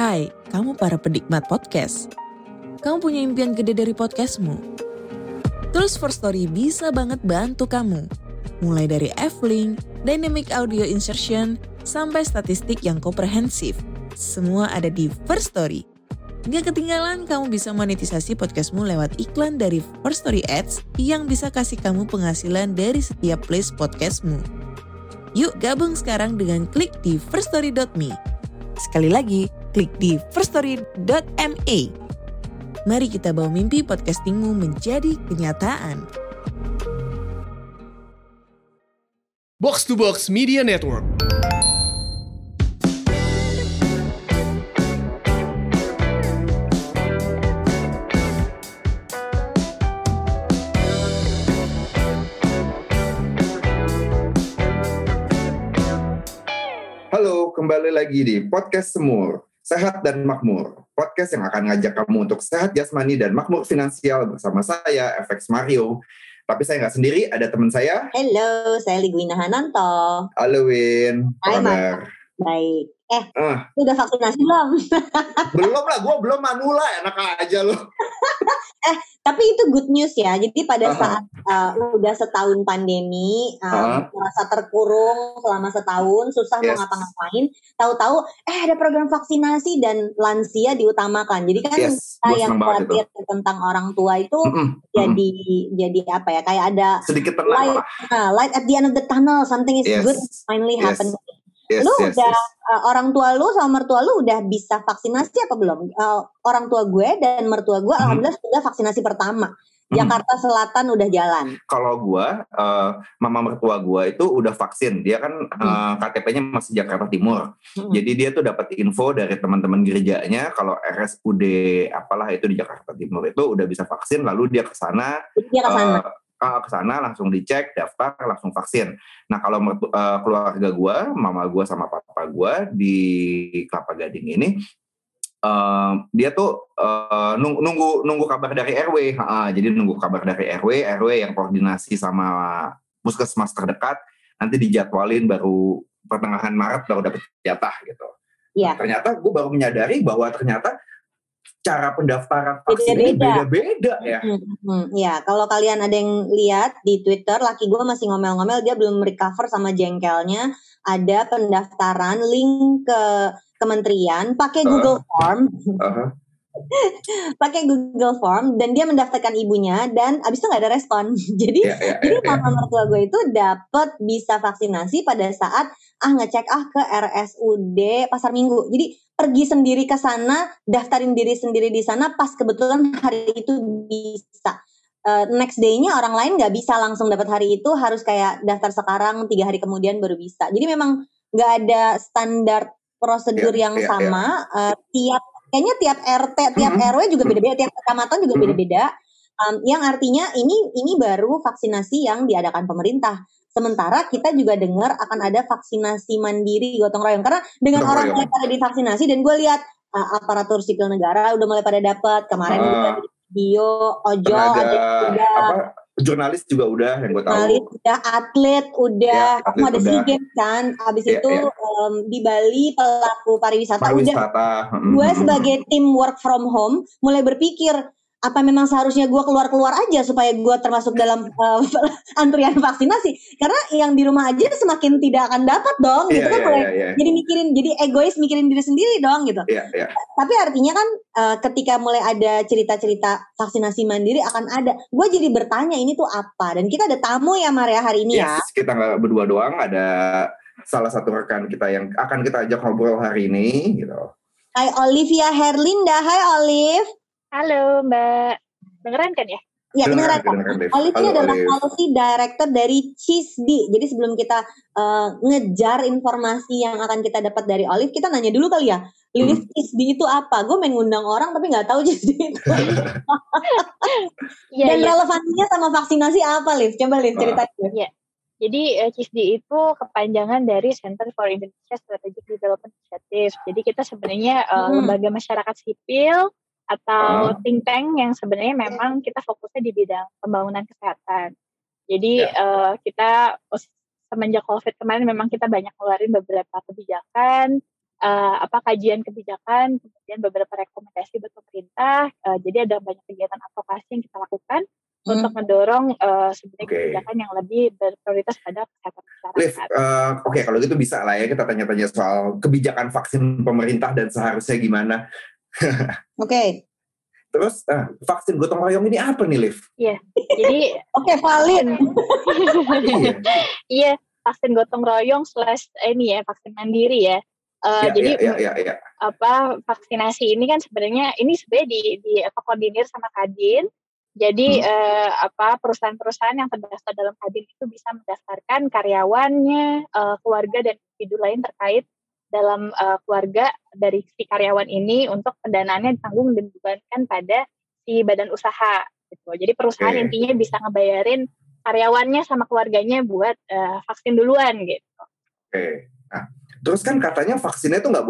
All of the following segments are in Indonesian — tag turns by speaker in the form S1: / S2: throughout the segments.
S1: Hai, kamu para penikmat podcast. Kamu punya impian gede dari podcastmu? Tools for Story bisa banget bantu kamu. Mulai dari F-Link, Dynamic Audio Insertion, sampai statistik yang komprehensif. Semua ada di First Story. Gak ketinggalan kamu bisa monetisasi podcastmu lewat iklan dari First Story Ads yang bisa kasih kamu penghasilan dari setiap place podcastmu. Yuk gabung sekarang dengan klik di firststory.me. Sekali lagi, klik di firststory.me. Mari kita bawa mimpi podcastingmu menjadi kenyataan.
S2: Box to Box Media Network.
S3: Halo, kembali lagi di Podcast Semur, Sehat dan Makmur. Podcast yang akan ngajak kamu untuk sehat jasmani dan makmur finansial bersama saya, FX Mario. Tapi saya nggak sendiri, ada teman saya.
S4: Halo, saya Ligwina Hananto.
S3: Halo Win,
S4: Hai,
S3: apa kabar?
S4: Baik. Udah vaksinasi belum?
S3: Belum lah, gue belum manula, enak aja loh.
S4: Tapi itu good news ya. Jadi pada saat udah setahun pandemi, merasa terkurung selama setahun, susah mau ngapa-ngapain, tahu-tahu ada program vaksinasi dan lansia diutamakan. Jadi kan kita yang khawatir tentang orang tua itu jadi apa ya? Kayak ada
S3: sedikit tenang
S4: light at the end of the tunnel, something is good finally happening. Orang tua lu sama mertua lu udah bisa vaksinasi apa belum? Orang tua gue dan mertua gue alhamdulillah sudah vaksinasi pertama. Jakarta Selatan udah jalan.
S3: Kalau gue, mama mertua gue itu udah vaksin. Dia kan KTP-nya masih Jakarta Timur. Jadi dia tuh dapat info dari teman-teman gerejanya kalau RSUD apalah itu di Jakarta Timur itu udah bisa vaksin. Lalu dia ke sana. Ke sana langsung dicek, daftar, langsung vaksin. Nah kalau keluarga gue, mama gue sama papa gue di Kelapa Gading ini, dia tuh nunggu kabar dari RW. Jadi nunggu kabar dari RW yang koordinasi sama puskesmas terdekat, nanti dijadwalin baru pertengahan Maret baru dapat jatah gitu.
S4: Yeah.
S3: Nah, ternyata gue baru menyadari bahwa ternyata cara pendaftaran vaksin ini beda-beda ya.
S4: Ya, kalau kalian ada yang lihat di Twitter, laki gue masih ngomel-ngomel, dia belum recover sama jengkelnya. Ada pendaftaran link ke kementerian pakai Google Form. Pakai Google Form dan dia mendaftarkan ibunya dan abis itu nggak ada respon. Jadi mama mertua gue itu dapat bisa vaksinasi pada saat ngecek ke RSUD Pasar Minggu. Jadi pergi sendiri ke sana, daftarin diri sendiri di sana pas kebetulan hari itu bisa. Next day-nya orang lain nggak bisa langsung dapat hari itu, harus kayak daftar sekarang 3 hari kemudian baru bisa. Jadi memang nggak ada standar prosedur yang sama. Kayaknya tiap RT, tiap RW juga beda-beda, tiap kecamatan juga beda-beda. Yang artinya ini baru vaksinasi yang diadakan pemerintah. Sementara kita juga dengar akan ada vaksinasi mandiri gotong royong. Karena dengan orang mulai pada divaksinasi dan gue lihat aparatur sipil negara udah mulai pada dapat. Kemarin udah video, ojol, ada
S3: jurnalis juga udah yang gue tahu.
S4: Jurnalis udah, atlet udah, ada SEA Games kan. Abis itu di Bali pelaku pariwisata. Udah. Gue sebagai tim work from home mulai berpikir, apa memang seharusnya gue keluar-keluar aja supaya gue termasuk dalam antrian vaksinasi? Karena yang di rumah aja semakin tidak akan dapat dong, gitu kan? Jadi jadi egois mikirin diri sendiri dong, gitu. Tapi artinya kan ketika mulai ada cerita-cerita vaksinasi mandiri akan ada. Gue jadi bertanya ini tuh apa? Dan kita ada tamu ya Maria hari ini ya.
S3: Kita nggak berdua doang, ada salah satu rekan kita yang akan kita ajak ngobrol hari ini, gitu.
S4: Hai Olivia Herlinda, hai Olive.
S5: Halo Mbak, dengeran kan ya?
S4: Ya, kedengeran. Olive ini adalah policy director dari CISDI. Jadi sebelum kita ngejar informasi yang akan kita dapat dari Olive, kita nanya dulu kali ya. Liv, CISDI itu apa? Gue main ngundang orang tapi nggak tahu CISDI itu. Dan relevansinya sama vaksinasi apa, Liv? Coba Liv ceritain.
S5: Ya. Jadi CISDI itu kepanjangan dari Center for Indonesia Strategic Development Initiative. Jadi kita sebenarnya lembaga masyarakat sipil atau think tank yang sebenarnya memang kita fokusnya di bidang pembangunan kesehatan. Jadi kita semenjak COVID kemarin memang kita banyak ngeluarin beberapa kebijakan kajian kebijakan, kemudian beberapa rekomendasi buat pemerintah. Jadi ada banyak kegiatan advokasi yang kita lakukan untuk mendorong sebenarnya kebijakan yang lebih berprioritas pada kesehatan masyarakat.
S3: Oke, kalau gitu bisa lah ya kita tanya-tanya soal kebijakan vaksin pemerintah dan seharusnya gimana.
S4: Oke.
S3: Terus vaksin gotong royong ini apa nih, Liv?
S5: Iya, jadi
S4: valid.
S5: Iya, vaksin gotong royong / ini ya vaksin mandiri ya. Jadi vaksinasi ini kan sebenarnya koordinir sama Kadin. Jadi perusahaan-perusahaan yang terdaftar dalam Kadin itu bisa mendaftarkan karyawannya, keluarga dan individu lain terkait dalam keluarga dari si karyawan ini untuk pendanaannya ditanggung dan dibebankan pada si badan usaha gitu. Jadi perusahaan intinya bisa ngebayarin karyawannya sama keluarganya buat vaksin duluan gitu.
S3: Nah, terus kan katanya vaksinnya itu nggak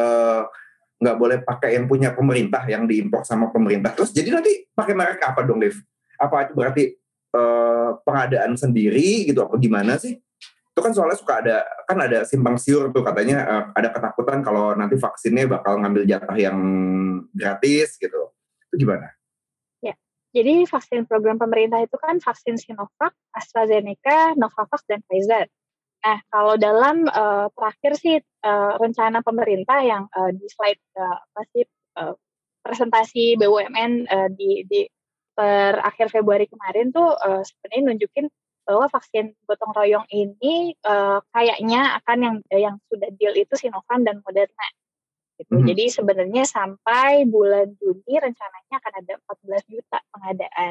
S3: boleh pakai yang punya pemerintah, yang diimpor sama pemerintah. Terus jadi nanti pakai merek apa dong, Liv? Apa itu berarti pengadaan sendiri gitu? Apa gimana sih? Itu kan soalnya suka ada simpang siur tuh katanya ada ketakutan kalau nanti vaksinnya bakal ngambil jatah yang gratis gitu. Itu gimana?
S5: Ya, jadi vaksin program pemerintah itu kan vaksin Sinovac, AstraZeneca, Novavax, dan Pfizer. Nah, kalau dalam terakhir sih rencana pemerintah yang di slide presentasi BUMN di per akhir Februari kemarin tuh sebenarnya nunjukin bahwa vaksin gotong royong ini kayaknya akan yang sudah deal itu Sinovac dan Moderna. Gitu. Jadi sebenarnya sampai bulan Juni rencananya akan ada 14 juta pengadaan.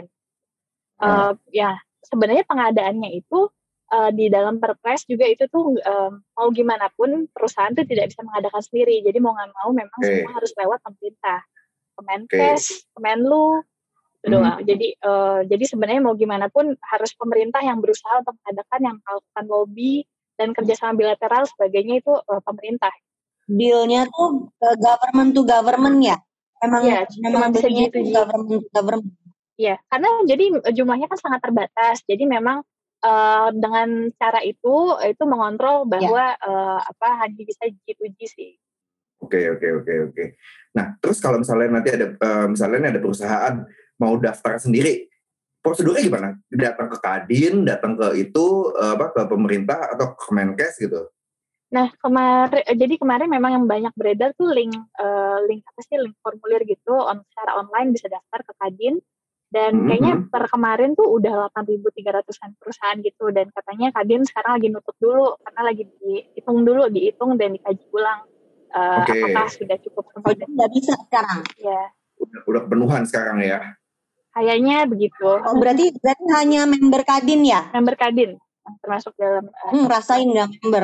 S5: Ya sebenarnya pengadaannya itu di dalam Perpres juga itu tuh mau gimana pun perusahaan tuh tidak bisa mengadakan sendiri. Jadi mau nggak mau memang semua harus lewat pemerintah, Kemenkes, Kemenlu. Doang. Jadi sebenarnya mau gimana pun harus pemerintah yang berusaha untuk mengadakan, yang melakukan lobby dan kerjasama bilateral sebagainya itu pemerintah.
S4: Dealnya tuh government to government ya? Memang
S5: bisa gitu.
S4: Government to government.
S5: Iya, karena jadi jumlahnya kan sangat terbatas. Jadi memang dengan cara itu mengontrol bahwa hanya bisa G2G sih.
S3: Oke. Nah, terus kalau misalnya nanti ada perusahaan mau daftar sendiri, prosedurnya gimana? Datang ke Kadin, datang ke ke pemerintah atau ke Kemenkes gitu?
S5: Nah, kemarin memang yang banyak beredar tuh link formulir gitu secara online bisa daftar ke Kadin. Dan kayaknya per kemarin tuh udah 8.300-an perusahaan gitu, dan katanya Kadin sekarang lagi nutup dulu karena lagi dihitung dan dikaji ulang apakah sudah cukup.
S4: Nggak bisa sekarang.
S5: Ya.
S3: Udah kepenuhan sekarang ya.
S5: Kayaknya begitu.
S4: Oh, berarti hanya member Kadin ya?
S5: Member Kadin termasuk dalam.
S4: Rasain nggak member?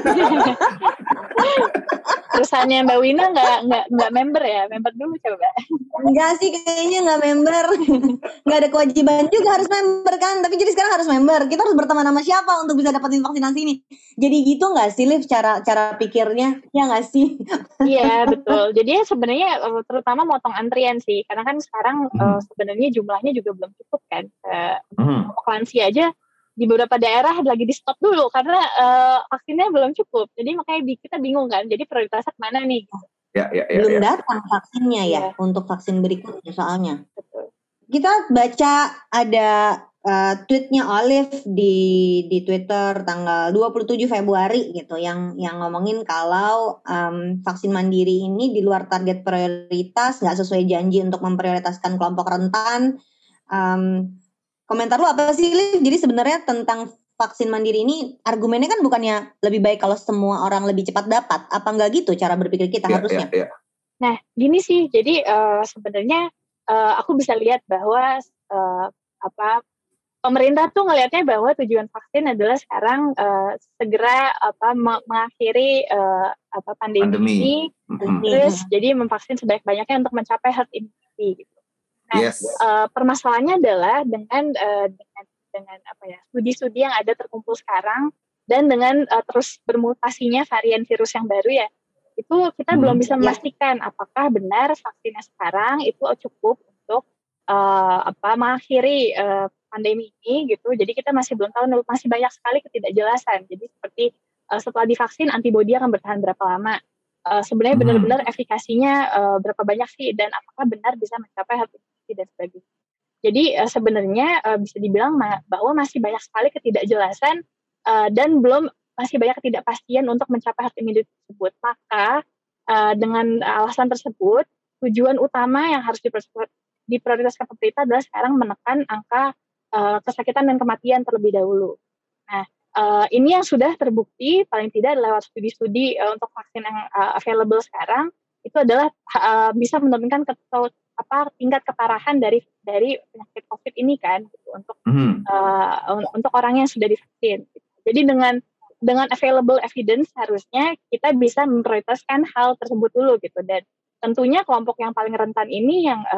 S5: Perusahaannya Mbak Wina nggak member ya? Member dulu coba.
S4: Enggak sih, kayaknya nggak member. Nggak ada kewajiban juga harus member kan. Tapi jadi sekarang harus member. Kita harus berteman sama siapa untuk bisa dapetin vaksinasi ini? Jadi gitu nggak sih, Liv, cara pikirnya? Ya nggak sih?
S5: Iya, betul. Jadi sebenarnya terutama motong antrian sih. Karena kan sekarang sebenarnya jumlahnya juga belum cukup kan. Lansia aja di beberapa daerah lagi di stop dulu karena vaksinnya belum cukup. Jadi makanya kita bingung kan. Jadi prioritasnya kemana nih?
S4: Belum datang vaksinnya ya untuk vaksin berikutnya soalnya. Betul. Kita baca ada tweetnya Olive di Twitter tanggal 27 Februari gitu yang ngomongin kalau vaksin mandiri ini di luar target prioritas, nggak sesuai janji untuk memprioritaskan kelompok rentan. Komentar lu apa sih, Liv? Jadi sebenarnya tentang vaksin mandiri ini argumennya kan bukannya lebih baik kalau semua orang lebih cepat dapat. Apa enggak gitu cara berpikir kita harusnya?
S5: Nah, gini sih. Jadi sebenarnya aku bisa lihat bahwa pemerintah tuh ngelihatnya bahwa tujuan vaksin adalah sekarang segera mengakhiri pandemi ini. Terus jadi memvaksin sebanyak-banyaknya untuk mencapai herd immunity gitu. Nah, permasalahannya adalah dengan studi-studi yang ada terkumpul sekarang dan dengan terus bermutasinya varian virus yang baru ya, itu kita belum bisa memastikan apakah benar vaksinnya sekarang itu cukup untuk mengakhiri pandemi ini gitu. Jadi kita masih belum tahu, masih banyak sekali ketidakjelasan. Jadi seperti setelah divaksin antibodi akan bertahan berapa lama. sebenarnya benar-benar efikasinya berapa banyak sih dan apakah benar bisa mencapai herd immunity dan sebagainya. Jadi sebenarnya bisa dibilang bahwa masih banyak sekali ketidakjelasan dan masih banyak ketidakpastian untuk mencapai herd immunity tersebut. Maka dengan alasan tersebut, tujuan utama yang harus diprioritaskan pemerintah adalah sekarang menekan angka kesakitan dan kematian terlebih dahulu. Nah, ini yang sudah terbukti paling tidak lewat studi-studi untuk vaksin yang available sekarang itu adalah bisa menurunkan tingkat keparahan dari penyakit COVID ini kan gitu, untuk orang yang sudah divaksin. Gitu. Jadi dengan available evidence harusnya kita bisa memprioritaskan hal tersebut dulu gitu, dan tentunya kelompok yang paling rentan ini yang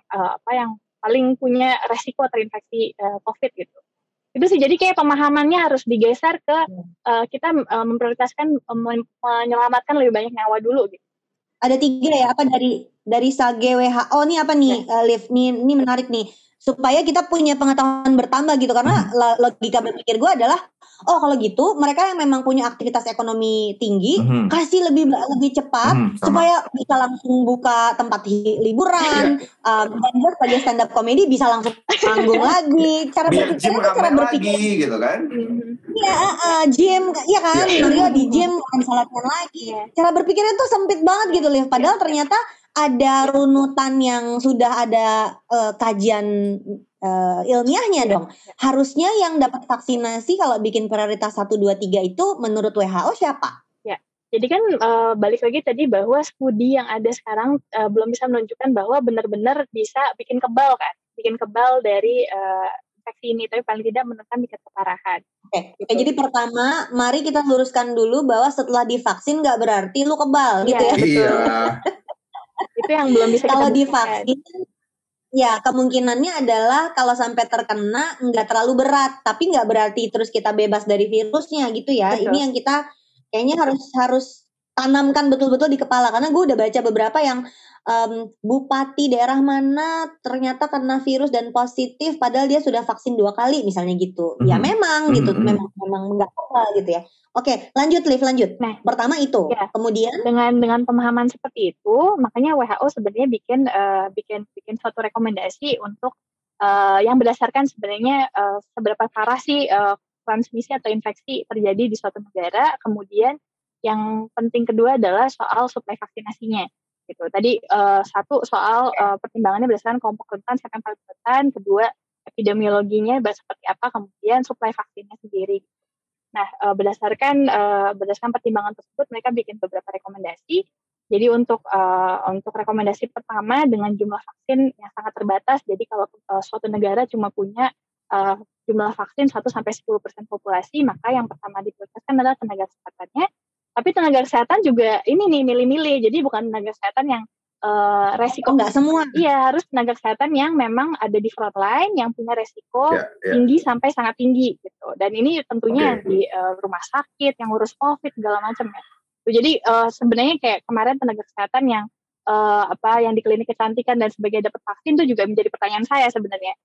S5: paling punya resiko terinfeksi COVID gitu. Itu sih, jadi kayak pemahamannya harus digeser ke kita memprioritaskan menyelamatkan lebih banyak nyawa dulu gitu.
S4: Ada 3 ya, apa dari SAGE WHO nih apa nih, Liv, ini menarik nih, supaya kita punya pengetahuan bertambah gitu, karena logika berpikir gue adalah, oh kalau gitu mereka yang memang punya aktivitas ekonomi tinggi, kasih lebih cepat supaya bisa langsung buka tempat liburan, dan gue sebagai stand up comedy bisa langsung manggung lagi, cara berpikir
S3: gitu kan.
S4: Iya, gym, iya kan, Mario di gym bisa latihan lagi. Cara berpikirnya tuh sempit banget gitu, Liv. Padahal ternyata ada runutan yang sudah ada kajian ilmiahnya dong. Harusnya yang dapat vaksinasi kalau bikin prioritas 1, 2, 3 itu menurut WHO siapa?
S5: Ya, jadi kan balik lagi tadi bahwa studi yang ada sekarang belum bisa menunjukkan bahwa benar-benar bisa bikin kebal kan, bikin kebal dari infeksi ini, tapi paling tidak menekan tingkat keparahan.
S4: Oke, jadi pertama, mari kita luruskan dulu bahwa setelah divaksin nggak berarti lu kebal, gitu ya.
S3: Iya.
S5: Itu yang belum bisa
S4: kalau
S5: kita
S4: divaksin, ya kemungkinannya adalah kalau sampai terkena nggak terlalu berat, tapi nggak berarti terus kita bebas dari virusnya gitu ya. Betul. Ini yang kita kayaknya harus tanamkan betul-betul di kepala, karena gue udah baca beberapa yang bupati daerah mana ternyata kena virus dan positif padahal dia sudah vaksin 2 kali misalnya gitu. Ya memang gitu, memang nggak apa gitu ya. Oke, lanjut Liv, lanjut. Nah, pertama itu, ya, kemudian
S5: dengan pemahaman seperti itu, makanya WHO sebenarnya bikin suatu rekomendasi untuk yang berdasarkan sebenarnya seberapa parah sih transmisi atau infeksi terjadi di suatu negara. Kemudian yang penting kedua adalah soal suplai vaksinasinya. Gitu. Tadi satu soal pertimbangannya berdasarkan kelompok rentan, siapa yang paling rentan, kedua epidemiologinya seperti apa, kemudian suplai vaksinnya sendiri. Nah, berdasarkan pertimbangan tersebut mereka bikin beberapa rekomendasi. Jadi untuk rekomendasi pertama dengan jumlah vaksin yang sangat terbatas. Jadi kalau suatu negara cuma punya jumlah vaksin 1-10% populasi, maka yang pertama diprioritaskan adalah tenaga kesehatannya. Tapi tenaga kesehatan juga ini nih milih-milih, jadi bukan tenaga kesehatan yang resiko.
S4: Nggak semua.
S5: Iya, harus tenaga kesehatan yang memang ada di front line, yang punya resiko tinggi sampai sangat tinggi gitu. Dan ini tentunya yang di rumah sakit, yang ngurus COVID segala macam ya. Jadi sebenarnya kayak kemarin tenaga kesehatan yang yang di klinik kecantikan dan sebagainya dapat vaksin itu juga menjadi pertanyaan saya sebenarnya.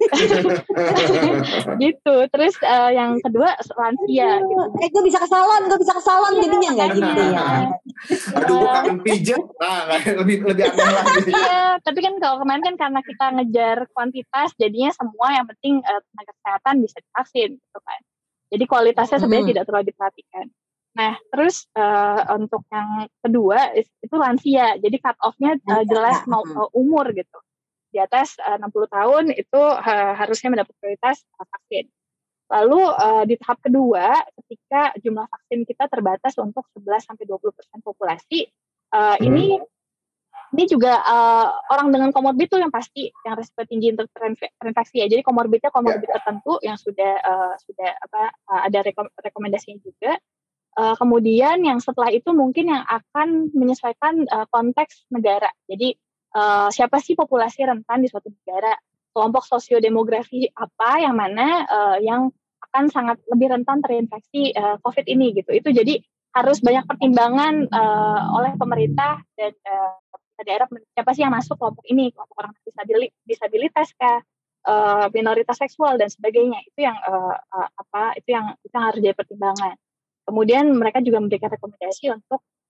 S5: Gitu. Terus yang kedua lansia gitu.
S4: Gue bisa ke salon jadinya nggak gitu ya.
S3: Aduh, gue kangen pijat. Lebih aneh lagi.
S5: Iya, tapi kan kalau kemarin kan karena kita ngejar kuantitas, jadinya semua yang penting tenaga kesehatan bisa divaksin gitu kan. Jadi kualitasnya sebenarnya tidak terlalu diperhatikan. Nah, terus untuk yang kedua itu lansia. Jadi cut off-nya jelas mau umur gitu. Di atas 60 tahun itu harusnya mendapat prioritas vaksin. Lalu di tahap kedua, ketika jumlah vaksin kita terbatas untuk 11-20% populasi, ini juga orang dengan komorbid itu yang pasti yang risiko tinggi untuk terinfeksi ya. Jadi komorbid tertentu yang sudah ada rekomendasinya juga. Kemudian yang setelah itu mungkin yang akan menyesuaikan konteks negara. Jadi siapa sih populasi rentan di suatu negara, kelompok sosiodemografi apa yang mana yang akan sangat lebih rentan terinfeksi COVID ini gitu. Itu jadi harus banyak pertimbangan oleh pemerintah dan daerah, siapa sih yang masuk kelompok ini, kelompok orang disabilitas kah, minoritas seksual dan sebagainya. Itu yang itu yang harus jadi pertimbangan. Kemudian mereka juga memberikan rekomendasi untuk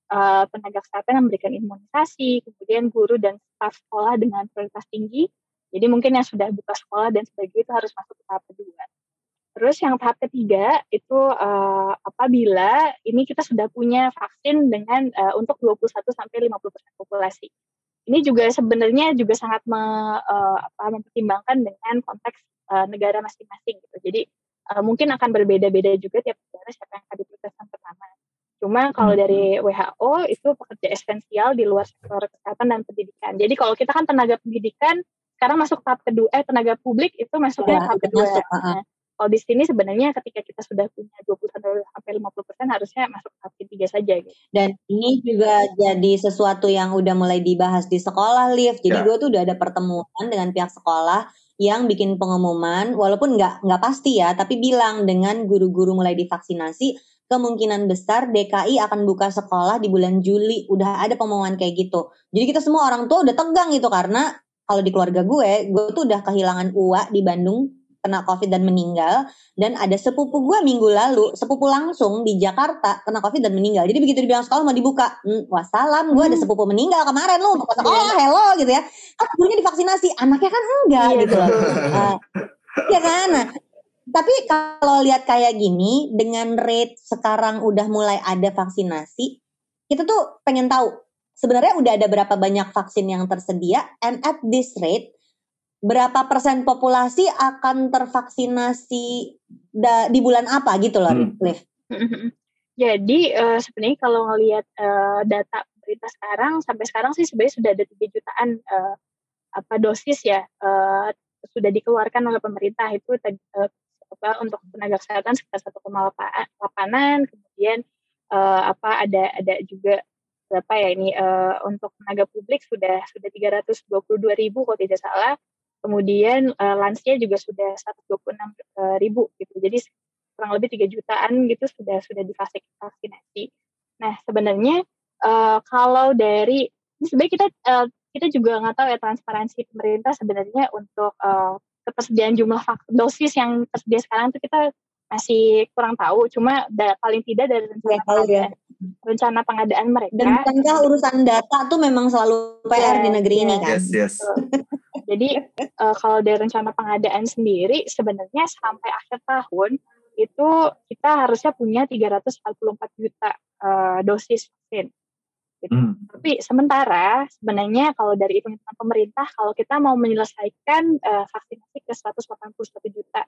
S5: tenaga kesehatan yang memberikan imunisasi, kemudian guru dan staf sekolah dengan prioritas tinggi. Jadi mungkin yang sudah buka sekolah dan sebagainya itu harus masuk ke tahap kedua. Terus yang tahap ketiga itu apabila ini kita sudah punya vaksin dengan untuk 21-50% populasi. Ini juga sebenarnya juga sangat mempertimbangkan dengan konteks negara masing-masing gitu. Jadi mungkin akan berbeda-beda juga tiap negara siapa yang akan diprioritaskan pertama. Cuma kalau dari WHO itu pekerja esensial di luar sektor kesehatan dan pendidikan. Jadi kalau kita kan tenaga pendidikan sekarang masuk tahap kedua, tenaga publik itu masuknya tahap kedua. Kalau di sini sebenarnya ketika kita sudah punya 20-50% harusnya masuk tahap ketiga saja gitu.
S4: Dan ini juga jadi sesuatu yang udah mulai dibahas di sekolah, Liv. Jadi gue tuh udah ada pertemuan dengan pihak sekolah yang bikin pengumuman, walaupun nggak pasti ya, tapi bilang dengan guru-guru mulai divaksinasi, kemungkinan besar DKI akan buka sekolah di bulan Juli. Udah ada pengumuman kayak gitu. Jadi kita semua orang tua udah tegang gitu, karena kalau di keluarga gue tuh udah kehilangan uwa di Bandung, kena COVID dan meninggal, dan ada sepupu gue minggu lalu, sepupu langsung di Jakarta kena COVID dan meninggal. Jadi begitu dibilang sekolah mau dibuka, wassalam, gue ada sepupu meninggal kemarin, lu mau ke sekolah, hello gitu ya. Kan gurunya divaksinasi, anaknya kan enggak gitu loh. Ya kan? Nah, tapi kalau lihat kayak gini, dengan rate sekarang udah mulai ada vaksinasi, kita tuh pengen tahu, sebenarnya udah ada berapa banyak vaksin yang tersedia, and at this rate, berapa persen populasi akan tervaksinasi di bulan apa gitu loh, Liv?
S5: Jadi sebenarnya kalau ngelihat data pemerintah sampai sekarang sih sebenarnya sudah ada 3 jutaan dosis ya sudah dikeluarkan oleh pemerintah itu untuk tenaga kesehatan sekitar 1,8, kemudian ada juga berapa ya ini untuk tenaga publik sudah 322.000 kalau tidak salah. Kemudian lansia juga sudah 126.000 gitu. Jadi kurang lebih 3 jutaan gitu sudah divaksinasi. Nah sebenarnya kalau dari ini sebenarnya kita juga nggak tahu ya transparansi pemerintah sebenarnya untuk ketersediaan jumlah dosis yang tersedia sekarang itu kita masih kurang tahu. Cuma paling tidak dari rencana pengadaan mereka.
S4: Dan bukankah urusan data tuh memang selalu PR di negeri ini kan?
S3: Yes.
S5: Jadi kalau dari rencana pengadaan sendiri sebenarnya sampai akhir tahun itu kita harusnya punya 344 juta dosis vaksin. Gitu. Tapi sementara sebenarnya kalau dari hitung-hitungan pemerintah kalau kita mau menyelesaikan vaksinasi ke 181 juta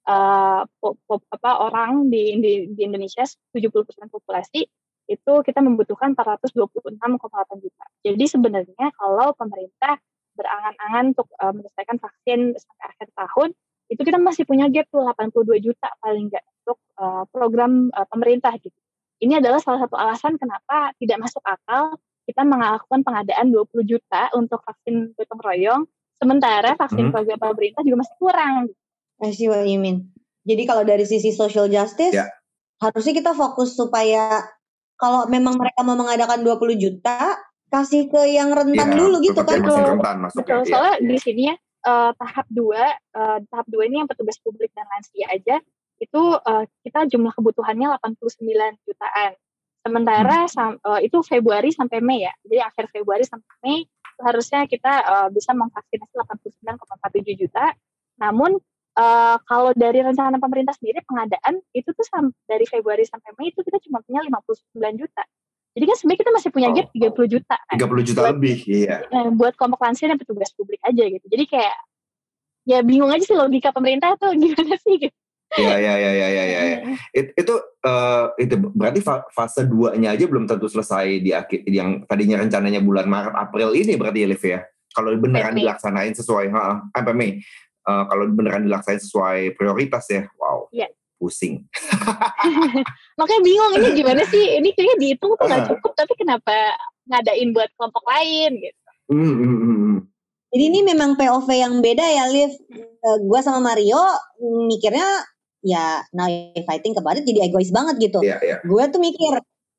S5: orang di Indonesia 70% populasi itu kita membutuhkan 426,8 juta. Jadi sebenarnya kalau pemerintah berangan-angan untuk menyelesaikan vaksin sampai akhir tahun, itu kita masih punya gap tuh 82 juta paling nggak untuk program pemerintah gitu. Ini adalah salah satu alasan kenapa tidak masuk akal kita melakukan pengadaan 20 juta untuk vaksin gotong royong, sementara vaksin program pemerintah juga masih kurang.
S4: I see what you mean. Jadi kalau dari sisi social justice, harusnya kita fokus supaya kalau memang mereka mau mengadakan 20 juta, kasih ke yang rentan dulu gitu kan.
S5: Betul. Soalnya di sini ya tahap 2 ini yang petugas publik dan lansia aja itu kita jumlah kebutuhannya 89 jutaan. Sementara itu Februari sampai Mei ya. Jadi akhir Februari sampai Mei harusnya kita bisa memvaksinasi 89,47 juta. Namun kalau dari rencana pemerintah sendiri pengadaan itu tuh dari Februari sampai Mei itu kita cuma punya 59 juta. Jadi kan sebenarnya kita masih punya gap 30 juta.
S3: 30 juta lebih, iya.
S5: Buat kelompok lansia dan petugas publik aja gitu. Jadi kayak, ya bingung aja sih logika pemerintah tuh gimana sih gitu.
S3: Iya. Itu berarti fase 2-nya aja belum tentu selesai di akhir, yang tadinya rencananya bulan Maret, April ini berarti ya, Liv ya? Kalau beneran dilaksanain sesuai, sampai Mei. Kalau beneran dilaksanain sesuai prioritas ya, wow.
S5: Iya.
S3: Pusing.
S5: Makanya bingung ini gimana sih, ini kayaknya dihitung tuh gak cukup, tapi kenapa ngadain buat kelompok lain gitu.
S4: Jadi ini memang POV yang beda ya, Liv. Gue sama Mario mikirnya ya now if I think about it jadi egois banget gitu.
S3: Yeah.
S4: Gue tuh mikir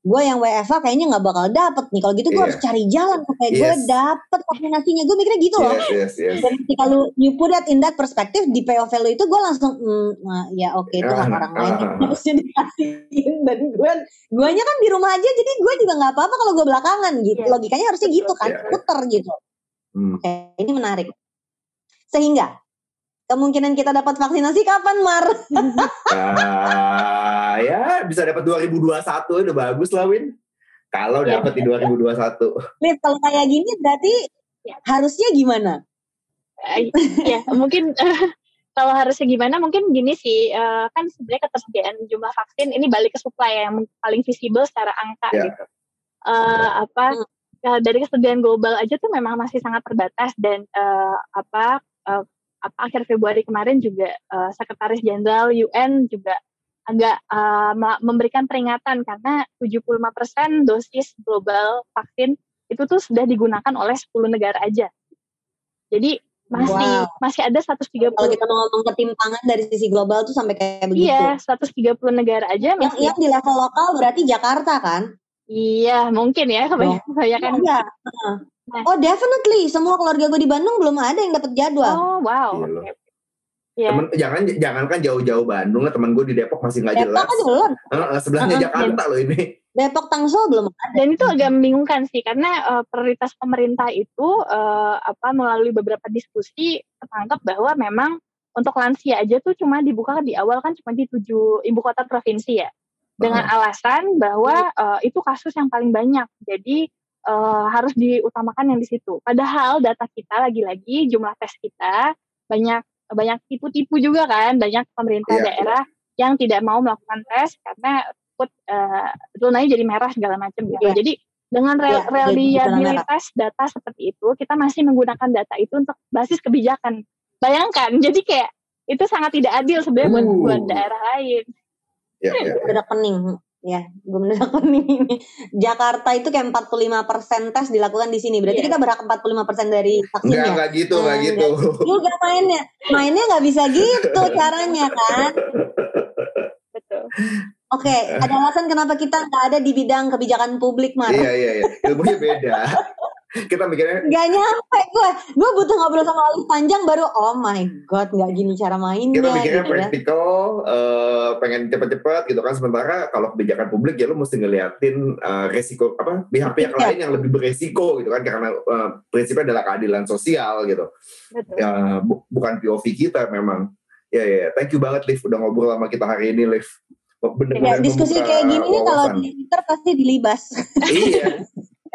S4: gue yang WFH kayaknya nggak bakal dapet nih. Kalau gitu gue harus cari jalan supaya gue dapet vaksinasinya. Gue mikirnya gitu loh. Dan ketika you put that in that perspective, di POV lu itu gue langsung ya oke, itu hak orang lain harusnya dikasihin. Dan guanya kan di rumah aja, jadi gue juga nggak apa-apa kalau gue belakangan gitu. Logikanya harusnya gitu kan, puter gitu. Oke, ini menarik. Sehingga kemungkinan kita dapat vaksinasi kapan, Mar?
S3: Ya bisa dapat 2021 udah bagus lah, Win. Kalau dapat di 2021.
S4: Liv, kalau kayak gini berarti harusnya gimana?
S5: Ya mungkin kalau harusnya gimana mungkin gini sih, kan sebenarnya ketersediaan jumlah vaksin ini balik ke supply yang paling visible secara angka gitu. Dari kesediaan global aja tuh memang masih sangat terbatas dan akhir Februari kemarin juga Sekretaris Jenderal UN juga agak memberikan peringatan karena 75% dosis global vaksin itu tuh sudah digunakan oleh 10 negara aja. Jadi masih ada 130.
S4: Kalau kita mau ngomong ketimpangan dari sisi global tuh sampai kayak begitu.
S5: Iya, 130 negara aja.
S4: Yang di level lokal berarti Jakarta kan?
S5: Iya, mungkin ya kebanyakan.
S4: Iya. Oh definitely, semua keluarga gue di Bandung belum ada yang dapat jadwal.
S5: Oh wow.
S3: Temen, jangan kan jauh-jauh Bandung, teman gue di Depok masih nggak jelas.
S4: Depok belum.
S3: Sebelahnya Jakarta loh ini.
S4: Depok Tangsel belum ada.
S5: Dan itu agak membingungkan sih karena prioritas pemerintah itu melalui beberapa diskusi tertangkap bahwa memang untuk lansia aja tuh cuma dibuka di awal kan cuma di 7 ibu kota provinsi ya. Dengan alasan bahwa itu kasus yang paling banyak. Jadi harus diutamakan yang di situ. Padahal data kita lagi-lagi jumlah tes kita banyak tipu-tipu juga kan, banyak pemerintah daerah yang tidak mau melakukan tes karena zonanya jadi merah segala macam gitu. Jadi dengan reliabilitas data seperti itu, kita masih menggunakan data itu untuk basis kebijakan. Bayangkan, jadi kayak itu sangat tidak adil sebenarnya buat daerah lain.
S4: Bener pening. Ya, gue mendadak pening ini. Jakarta itu kayak 45% tes dilakukan di sini. Berarti kita berhak 45% dari vaksinnya.
S3: Enggak gitu.
S4: Juga mainnya nggak bisa gitu caranya kan.
S5: Betul.
S4: Oke, ada alasan kenapa kita nggak ada di bidang kebijakan publik, Mar.
S3: Iya. Ilmunya beda. Kita mikirnya
S4: nggak nyampe gue butuh ngobrol sama Alif panjang baru oh my god nggak gini cara mainnya.
S3: Kita mikirnya
S4: gitu
S3: praktikal, pengen cepet-cepet gitu kan. Sementara kalau kebijakan publik ya lo mesti ngeliatin resiko pihak-pihak lain yang lebih beresiko gitu kan, karena prinsipnya adalah keadilan sosial gitu. Ya, bukan POV kita memang. Ya, thank you banget Liv udah ngobrol sama kita hari ini, Liv.
S4: Ya, diskusi kayak gini nih kalau di Twitter pasti dilibas.
S3: Iya.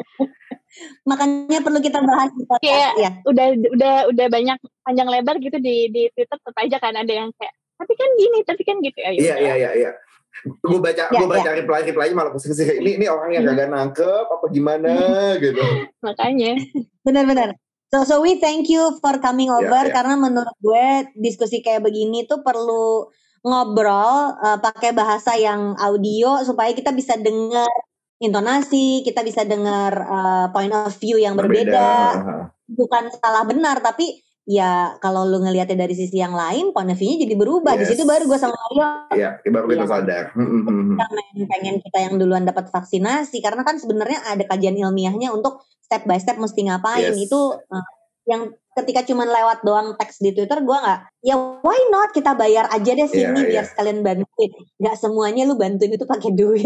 S4: Makanya perlu kita bahas di podcast ya.
S5: Udah banyak panjang lebar gitu di Twitter, tetap aja kan ada yang kayak tapi kan gini, tapi kan gitu.
S3: Iya. Gue baca reply malah kesini ini orang yang kagak nangkep apa gimana gitu.
S5: Makanya.
S4: Benar. So we thank you for coming over karena menurut gue diskusi kayak begini tuh perlu ngobrol pakai bahasa yang audio supaya kita bisa dengar intonasi, kita bisa dengar point of view yang berbeda. Bukan salah benar, tapi ya kalau lu ngelihatnya dari sisi yang lain, point of view-nya jadi berubah. Di situ baru gue sama Mario.
S3: Iya, baru kita sadar.
S4: Pengen kita yang duluan dapat vaksinasi, karena kan sebenarnya ada kajian ilmiahnya untuk step by step mesti ngapain. Itu yang ketika cuma lewat doang teks di Twitter, gue nggak, ya why not kita bayar aja deh sini biar sekalian bantuin. Nggak semuanya lu bantuin itu pakai duit.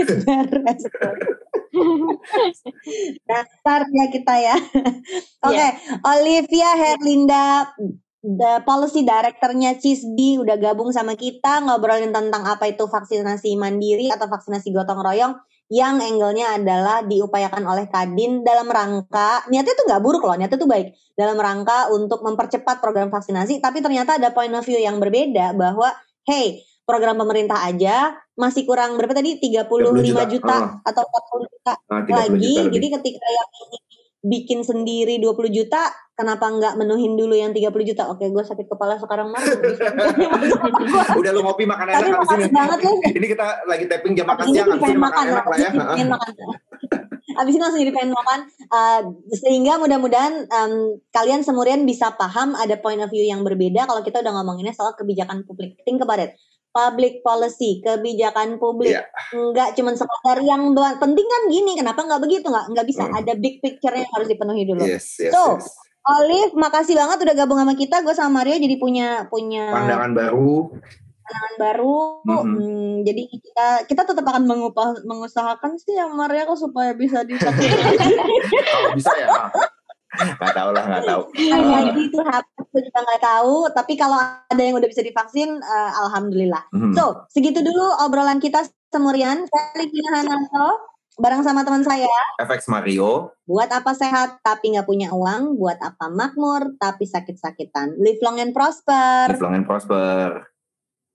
S4: Dasarnya kita ya. Oke. Olivia Herlinda, the policy directornya CISDI udah gabung sama kita ngobrolin tentang apa itu vaksinasi mandiri atau vaksinasi gotong royong yang angle-nya adalah diupayakan oleh Kadin dalam rangka, niatnya tuh nggak buruk loh, niatnya tuh baik, dalam rangka untuk mempercepat program vaksinasi, tapi ternyata ada point of view yang berbeda bahwa hey, program pemerintah aja masih kurang berapa tadi 35 juta atau 40 juta lagi. Juta jadi ketika yang ini bikin sendiri 20 juta, kenapa nggak menuhin dulu yang 30 juta? Oke, gue sakit kepala sekarang Mar.
S3: Udah lu ngopi makan enak
S4: habis ini.
S3: Banget, ini kita lagi tapping jam makan siang, habis ini makan enak lah ya. Abis ini langsung jadi pengen makan. Sehingga mudah-mudahan kalian semurian bisa paham ada point of view yang berbeda kalau kita udah ngomonginnya soal kebijakan publik. Think about it.
S4: public policy, kebijakan publik. Enggak cuma sekadar yang penting kan gini, kenapa nggak begitu? Nggak bisa. Ada big picture-nya yang harus dipenuhi dulu.
S3: Yes.
S4: Olive, makasih banget udah gabung sama kita. Gue sama Mario jadi punya
S3: pandangan baru.
S4: Jadi kita tetap akan mengusahakan sih yang Maria kok supaya bisa divaksinasi.
S3: Kalau bisa ya. Nggak tahu.
S4: Lagi itu aku juga nggak tahu. Tapi kalau ada yang udah bisa divaksin, alhamdulillah. So segitu dulu obrolan kita semurian. Saya Livina Hananto bareng sama teman saya
S3: FX Mario.
S4: Buat apa sehat tapi nggak punya uang? Buat apa makmur tapi sakit-sakitan? Live long and prosper.